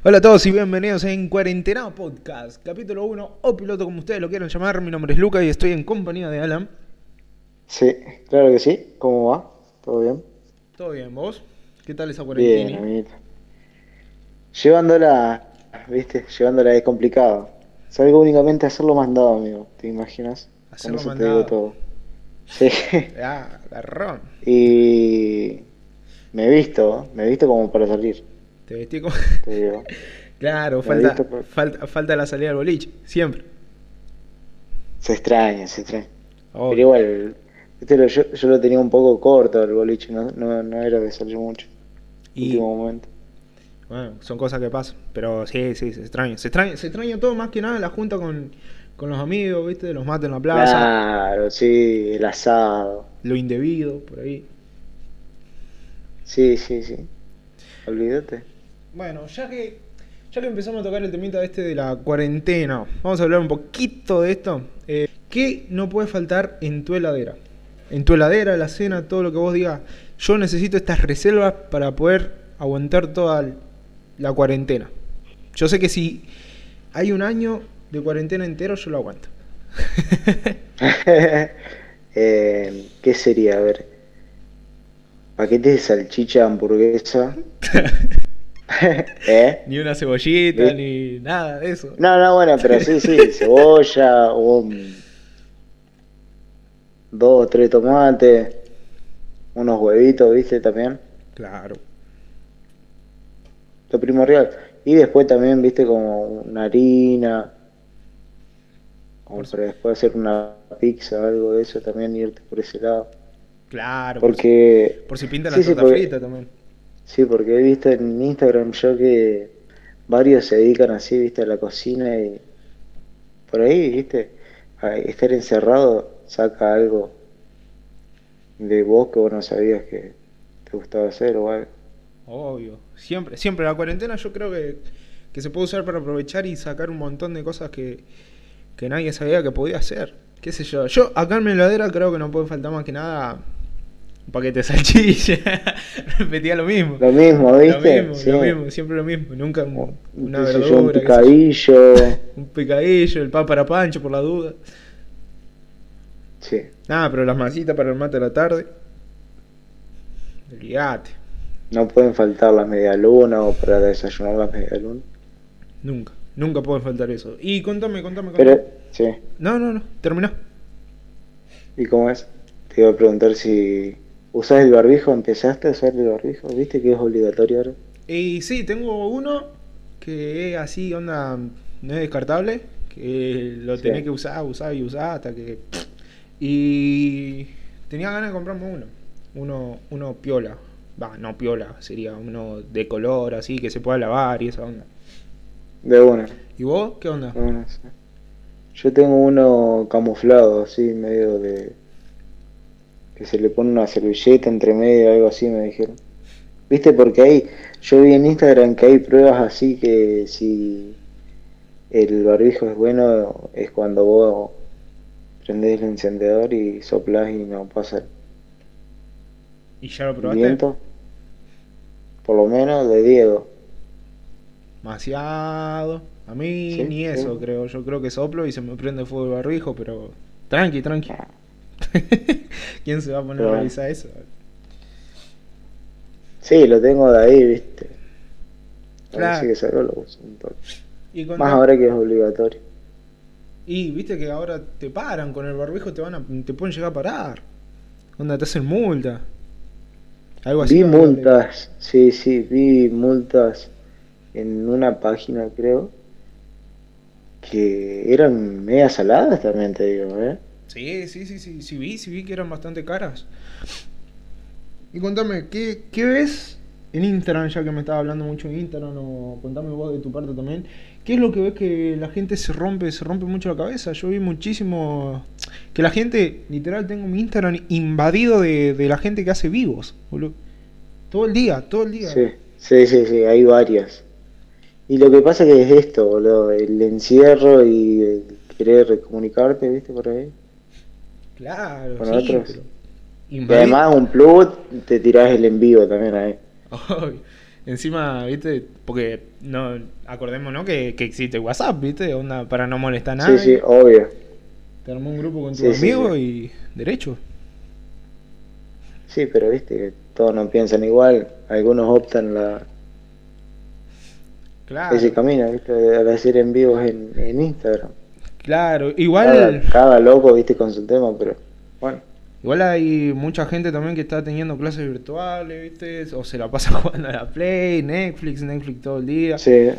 Hola a todos y bienvenidos en Cuarentena Podcast, capítulo 1 o piloto como ustedes lo quieran llamar. Mi nombre es Luca y estoy en compañía de Alan. Sí, claro que sí. ¿Cómo va? ¿Todo bien? ¿Todo bien, vos? ¿Qué tal esa Bien, cuarentena? amiguito. Llevándola, ¿viste? Llevándola es complicado. Salgo únicamente a hacerlo mandado, amigo. ¿Te imaginas? Con Hacerlo eso te digo mandado. todo. Sí. Ah, garrón. Y me he visto como para salir, Te vestí como... te digo. Claro, Me he falta, visto por... falta la salida al boliche, siempre. Se extraña, se extraña. Pero Obvio. igual, ¿viste? Yo lo tenía un poco corto el boliche, no era de salir mucho. Y Último momento. bueno, son cosas que pasan. Pero sí, sí, se extraña. Se extraña todo más que nada la junta con los amigos, ¿viste? Los mates en la plaza. Claro, sí, el asado. Lo indebido, por ahí. Sí, sí, sí. Olvídate. Bueno, ya que empezamos a tocar el temita este de la cuarentena, vamos a hablar un poquito de esto. ¿Qué no puede faltar en tu heladera? En tu heladera, la cena, todo lo que vos digas. Yo necesito estas reservas para poder aguantar toda la cuarentena. Yo sé que si hay un año de cuarentena entero, yo lo aguanto. ¿Qué sería? A ver, paquetes de salchicha, hamburguesa. ¿Eh? Ni una cebollita, ¿Viste? ni nada de eso. No, bueno, pero sí, sí, cebolla, dos o tres tomates, unos huevitos, ¿viste? También, Claro. lo primordial. Y después también, ¿viste? Como una harina, Por como su- para después hacer una pizza, algo de eso, también irte por ese lado. claro, Porque, por si pinta la sí, sí, torta frita también. sí, porque he visto en Instagram yo que varios se dedican así, viste, a la cocina y por ahí, viste, a estar encerrado saca algo de vos que vos no sabías que te gustaba hacer o algo. Obvio. Siempre, siempre. La cuarentena yo creo que se puede usar para aprovechar y sacar un montón de cosas que nadie sabía que podía hacer. ¿Qué sé yo? Yo acá en mi heladera creo que no puede faltar más que nada un paquete de salchicha. Repetía lo mismo. Lo mismo, ¿viste? Sí. Lo mismo, siempre lo mismo. Nunca una Qué sé yo, un verdura, qué sé yo. picadillo. Un picadillo, el pan para pancho por la duda. Sí. Nada, pero las masitas para el mate de la tarde. Olvídate. No pueden faltar las medialunas o para desayunar las medialunas. Nunca. Nunca puede faltar eso. Y contame. Pero, sí. No. Terminó. ¿Y cómo es? Te iba a preguntar si usás el barbijo, empezaste a usar el barbijo, ¿viste que es obligatorio ahora? Y sí, tengo uno que es así, onda, no es descartable, que lo Sí. tenés que usar y usar hasta que... Y tenía ganas de comprarme uno piola. Va, no piola, sería uno de color así, que se pueda lavar y esa onda. De una, ¿Y vos? ¿Qué onda? de una, sí. Yo tengo uno camuflado, así, medio de... que se le pone una servilleta entre medio, algo así me dijeron. ¿Viste? Porque ahí, yo vi en Instagram que hay pruebas así que si el barbijo es bueno, es cuando vos prendés el encendedor y soplás y no pasa ¿Y ya lo el probaste? viento, por lo menos de Diego. Demasiado. A mí ¿Sí? ni ¿Sí? eso creo. Yo creo que soplo y se me prende fuego el barbijo, pero... Tranqui, tranqui. Ah, ¿Quién se va a poner a pero bueno. revisar eso? Sí, lo tengo de ahí, ¿viste? A ver si Claro. que salgo lo uso un toque. Y Más contame. ahora que es obligatorio. Y viste que ahora te paran con el barbijo, te pueden llegar a parar. Onda, te hacen multa. Algo así Vi había leído. multas, sí, sí, vi multas en una página, creo, que eran media saladas también, te digo, ¿eh? Sí vi que eran bastante caras. Y contame, ¿qué ves en Instagram, ya que me estaba hablando mucho de Instagram, o contame vos de tu parte también? ¿Qué es lo que ves que la gente se rompe mucho la cabeza? Yo vi muchísimo que la gente, literal, tengo mi Instagram invadido de la gente que hace vivos, boludo. Todo el día, todo el día. Sí, sí, sí, sí, hay varias. Y lo que pasa que es esto, boludo, el encierro y el querer comunicarte, ¿viste? Por ahí, Claro, con sí, otros. pero Y invadir. además un plus, te tirás el envío también ahí. Obvio. Encima, viste, porque no acordemos, ¿no? Que existe WhatsApp, viste, onda para no molestar a Sí, sí, nadie. obvio. Te armó un grupo con Sí, tus sí, amigos sí. y derecho. Sí, pero viste que todos no piensan igual. Algunos optan ese Claro, camino, viste, de hacer en vivos en Instagram. claro. Cada, cada loco, viste, con su tema, pero bueno, Igual hay mucha gente también que está teniendo clases virtuales, viste, o se la pasa jugando a la Play, Netflix todo el día. sí,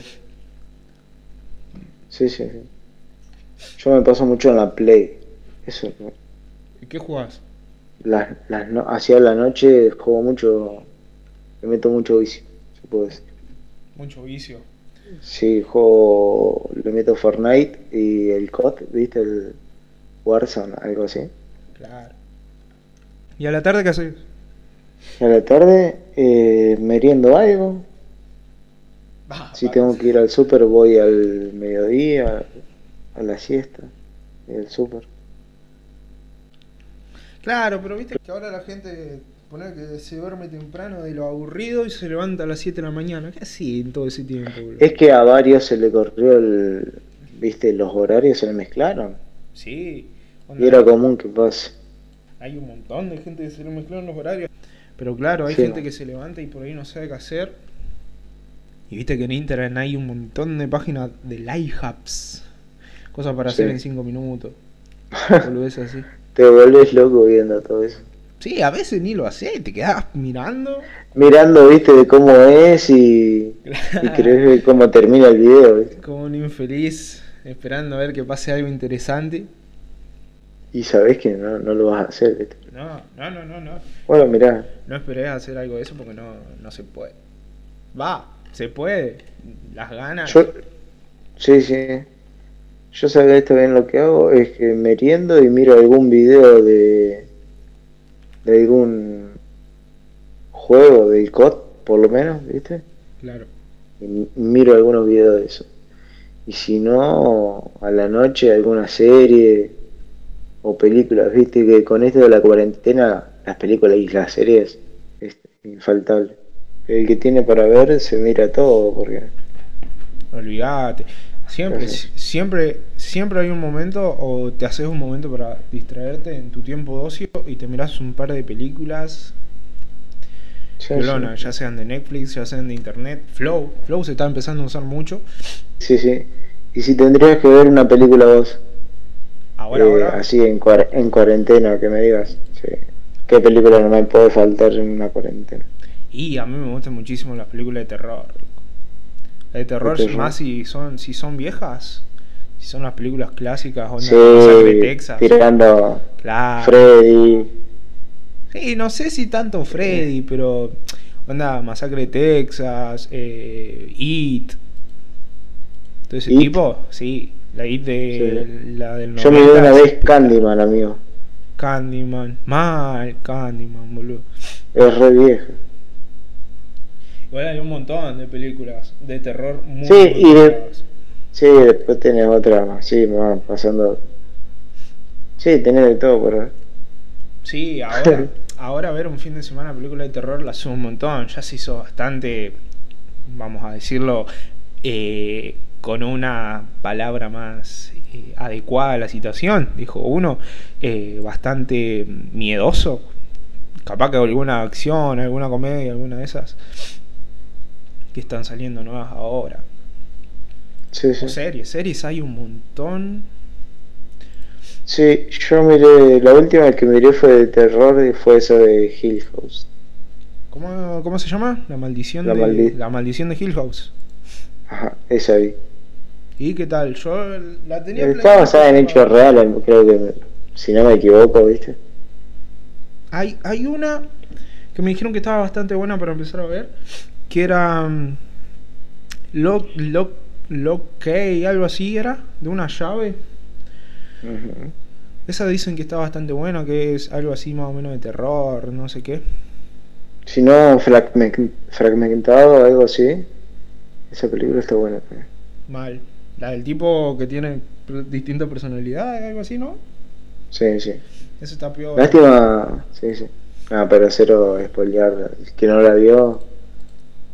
sí, sí, sí. Yo me paso mucho en la Play. Eso, ¿no? ¿Y qué jugás? Hacia la noche juego mucho, me meto mucho vicio, se puede decir. Mucho vicio. Sí, juego, le meto Fortnite y el COD, ¿viste? El Warzone, algo así. Claro. ¿Y a la tarde qué haces? Y a la tarde, meriendo algo. Va, Si va. tengo que ir al súper, voy al mediodía, a la siesta, y al súper. Claro, pero viste que ahora la gente pone que se duerme temprano de lo aburrido y se levanta a las 7 de la mañana. ¿Qué así en todo ese tiempo, boludo? Es que a varios se le corrió ¿viste? Los horarios se le mezclaron. Sí, Y onda, era común que pase. hay un montón de gente que se le mezclan los horarios. Pero claro, hay Sí, gente que se levanta y por ahí no sabe qué hacer. Y viste que en Instagram hay un montón de páginas de life hacks. Cosas para hacer en sí. 5 minutos. Volvés así. Te vuelves loco viendo todo eso. Sí, a veces ni lo haces, te quedás mirando. Mirando, viste, de cómo es y querés ver cómo termina el video, ¿viste? Como un infeliz esperando a ver que pase algo interesante. Y sabés que no, no lo vas a hacer, ¿viste? No. Bueno, mirá, No esperé a hacer algo de eso porque no se puede. Va, se puede. Las ganas. yo, sí, sí, yo sabés esto bien lo que hago, es que meriendo y miro algún video de algún juego del COD, por lo menos, ¿viste? Claro. Y miro algunos videos de eso. Y si no, a la noche alguna serie o películas, viste que con esto de la cuarentena, las películas y las series es infaltable. El que tiene para ver se mira todo, porque Olvídate. Siempre, entonces, siempre hay un momento o te haces un momento para distraerte en tu tiempo de ocio y te miras un par de películas sí, sí, violonas, ya sean de Netflix, ya sean de internet. Flow se está empezando a usar mucho. sí, sí. Y si tendrías que ver una película vos, Ahora, así en cuarentena, que me digas, sí. ¿Qué película no me puede faltar en una cuarentena? y a mí me gustan muchísimo las películas de terror. Las de De terror, terror. más si son viejas, si son las películas clásicas, onda Masacre de Sí, Texas. tirando Claro. Freddy. Sí, no sé si tanto eh, Freddy, pero onda Masacre de Texas, It, todo ese It. tipo, sí. La It Sí. de la del Yo me vi 90 una es vez espectacular. Candyman, amigo. Candyman, boludo. Es re vieja. Igual hay un montón de películas de terror Sí, muy copadas. sí, después tenés otra más. Sí, me van pasando. Sí, tenés de todo por ver. Sí, ahora ver un fin de semana película de terror la sube un montón. Ya se hizo bastante, vamos a decirlo, con una palabra más adecuada a la situación, dijo uno, bastante miedoso. Capaz que alguna acción, alguna comedia, alguna de esas que están saliendo nuevas ahora. Sí, O sí. series hay un montón. Sí, yo miré, la última que miré fue de terror y fue esa de Hill House. ¿Cómo se llama? La maldi... La maldición de Hill House. Ajá, esa vi. ¿Y qué tal? Yo la tenía Está planeada basada en empezarla a hechos ver. reales, creo que, si no me equivoco, ¿viste? Hay una que me dijeron que estaba bastante buena para empezar a ver, que era Lock, Lock, Lock Key, algo así era, de una llave. Ujú. Esa dicen que está bastante buena, que es algo así más o menos de terror, no sé qué. Si no, fragmentado, algo así. Esa película está buena también. Mal. La del tipo que tiene distintas personalidades, algo así, ¿no? Sí, sí. Eso está piola. Lástima, sí, sí. Ah, pero cero spoilear. El que no la vio,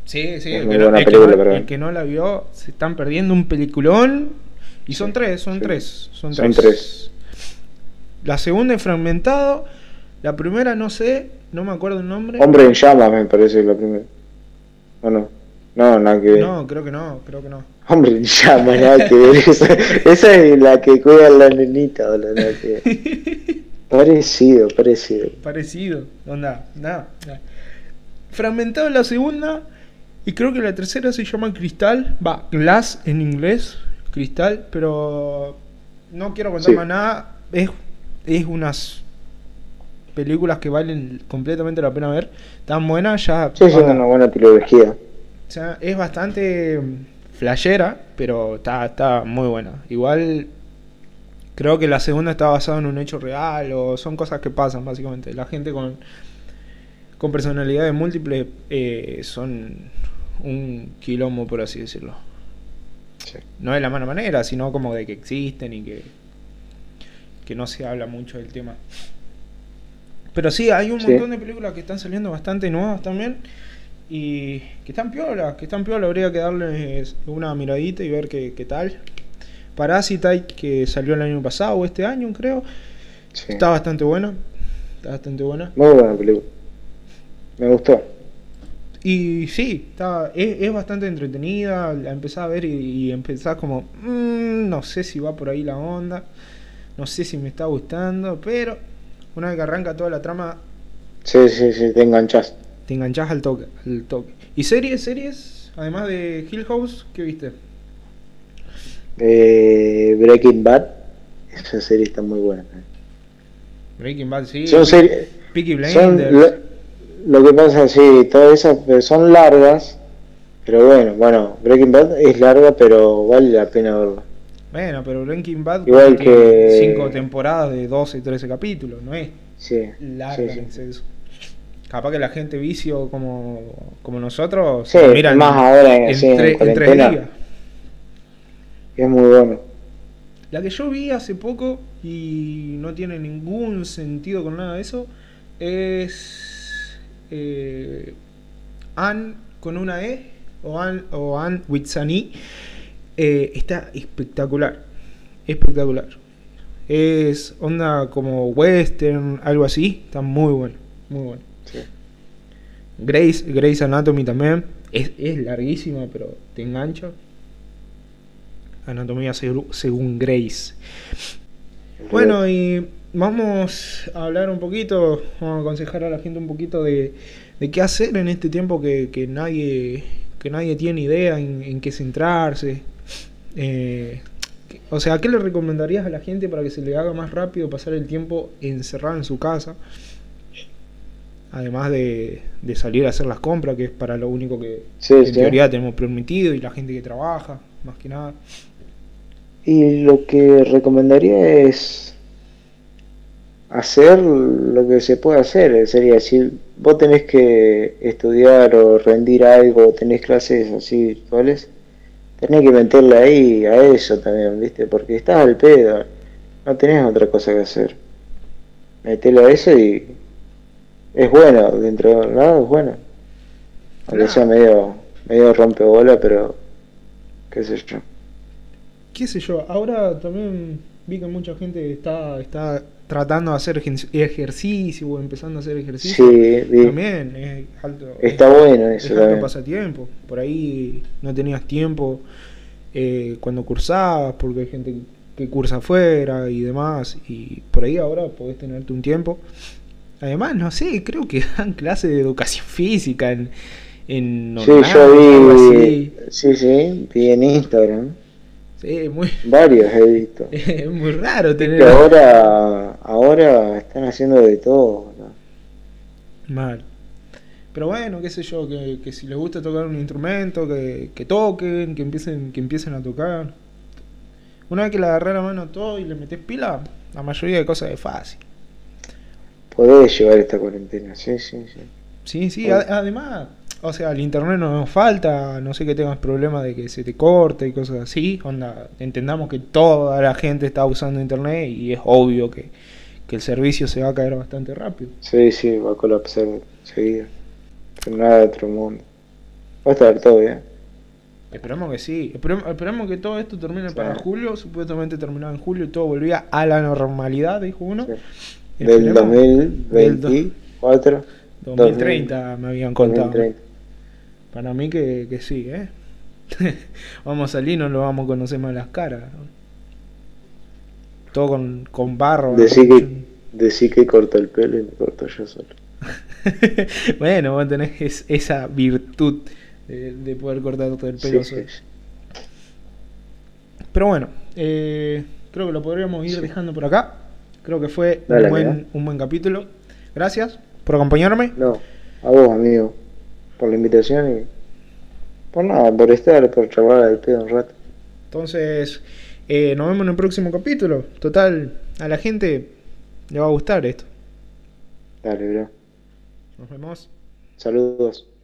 Sí, sí, Es muy buena película, pero el que no la vio se están perdiendo un peliculón. Y son sí, tres, son sí. tres, son Son tres. tres. La segunda es Fragmentado. La primera no sé, no me acuerdo el nombre. Hombre en llamas me parece la primera. ¿O no? No, nada que ver. No, creo que no, creo que no. Hombre en llamas, nada que ver. Esa es la que cuida a la nenita, o la nada que ver. Parecido, parecido. Parecido, onda, nada. Fragmentado la segunda. Y creo que la tercera se llama Cristal. Va, Glass en inglés. Cristal, pero no quiero contar Sí. más nada. Es unas películas que valen completamente la pena ver. Tan buenas, ya. Sí, sí, onda, una buena trilogía. o sea, es bastante flashera, pero está muy buena. Igual creo que la segunda está basada en un hecho real o son cosas que pasan básicamente. La gente con personalidades múltiples son un quilombo, por así decirlo. Sí. No de la mala manera, sino como de que existen y que no se habla mucho del tema. Pero sí, hay un Sí. montón de películas que están saliendo bastante nuevas también y que están piola, habría que darles una miradita y ver qué tal. Parasite, que salió el año pasado o este año creo, Sí. está bastante buena, Muy buena película. Me gustó. y sí, es bastante entretenida. La empezás a ver y empezás como no sé si va por ahí la onda, no sé si me está gustando, pero una vez que arranca toda la trama Sí, sí, sí, te enganchas. te enganchás al toque. ¿Y series? Además de Hill House, ¿qué viste? Breaking Bad. Esa serie está muy buena. Breaking Bad, sí. Son series. Peaky Son Blinders. lo que pasa, sí, todas esas son largas. Pero bueno, Breaking Bad es larga, pero vale la pena verla. Bueno, pero Breaking Bad Igual tiene que- 5 temporadas de 12, 13 capítulos, no es Sí, larga sí, en sí. exceso. Capaz que la gente vicio como nosotros Sí, miran más ahora sí, en en 3 cuarentena. días. Es muy bueno. La que yo vi hace poco y no tiene ningún sentido con nada de eso es Anne con una E o Anne with an E. Está espectacular, espectacular. Es onda como western, algo así. Está muy bueno, muy bueno. Sí. Grey's Anatomy también. Es larguísima, pero te engancha. Anatomía según Grace. Bueno, y vamos a hablar un poquito, vamos a aconsejar a la gente un poquito de qué hacer en este tiempo que nadie tiene idea en qué centrarse. O sea, ¿qué le recomendarías a la gente para que se le haga más rápido pasar el tiempo encerrado en su casa? Además de salir a hacer las compras, que es para lo único que Sí, en sí. teoría tenemos permitido, y la gente que trabaja, más que nada. Y lo que recomendaría es hacer lo que se puede hacer. Sería, si vos tenés que estudiar o rendir algo, o tenés clases así virtuales, tenés que meterle ahí a eso también, ¿viste? Porque estás al pedo, no tenés otra cosa que hacer. Metele a eso y es bueno, dentro de nada es bueno. Aunque Claro. sea medio rompebola, pero qué sé yo. Qué sé yo, ahora también vi que mucha gente está tratando de hacer ejercicio o empezando a hacer ejercicio. Sí, También es alto. está bueno Es eso alto también. pasatiempo. Por ahí no tenías tiempo cuando cursabas, porque hay gente que cursa afuera y demás. Y por ahí ahora podés tenerte un tiempo. Además, no sé, creo que dan clases de educación física en Sí, online, yo algo vi, así. sí, vi en Instagram, Sí, muy, varios he visto. es muy raro Que tener ahora están haciendo de todo, ¿no? mal. Pero bueno, qué sé yo, que si les gusta tocar un instrumento, que toquen, que empiecen a tocar. Una vez que le agarré la mano a todo y le metés pila, la mayoría de cosas es fácil. Podés llevar esta cuarentena, sí, sí, sí. Sí, sí, Podés. además, o sea, el internet no nos falta, no sé que tengas problemas de que se te corte y cosas así. Onda, entendamos que toda la gente está usando internet y es obvio que el servicio se va a caer bastante rápido. Sí, sí, va a colapsar seguida. Pero nada de otro mundo. Va a estar todo bien. Esperemos que sí. Esperemos que todo esto termine Sí. para julio. Supuestamente terminaba en julio y todo volvía a la normalidad, dijo uno. Sí. Del Esperemos. Del 2024. 2030 me habían contado. 2030. Para mí que sí, ¿eh? Vamos a salir y no lo vamos a conocer más las caras. Todo con barro. Decí que corto el pelo y me corto yo solo. Bueno, vos tenés esa virtud de poder cortar todo el pelo Sí, solo. sí. Pero bueno, creo que lo podríamos ir dejando por acá. Creo que fue Dale, un buen capítulo. Gracias por acompañarme. No, a vos, amigo, por la invitación y por nada, por estar, por charlar al pedo un rato. Entonces, nos vemos en el próximo capítulo. Total, a la gente le va a gustar esto. Dale, bro. Nos vemos. Saludos.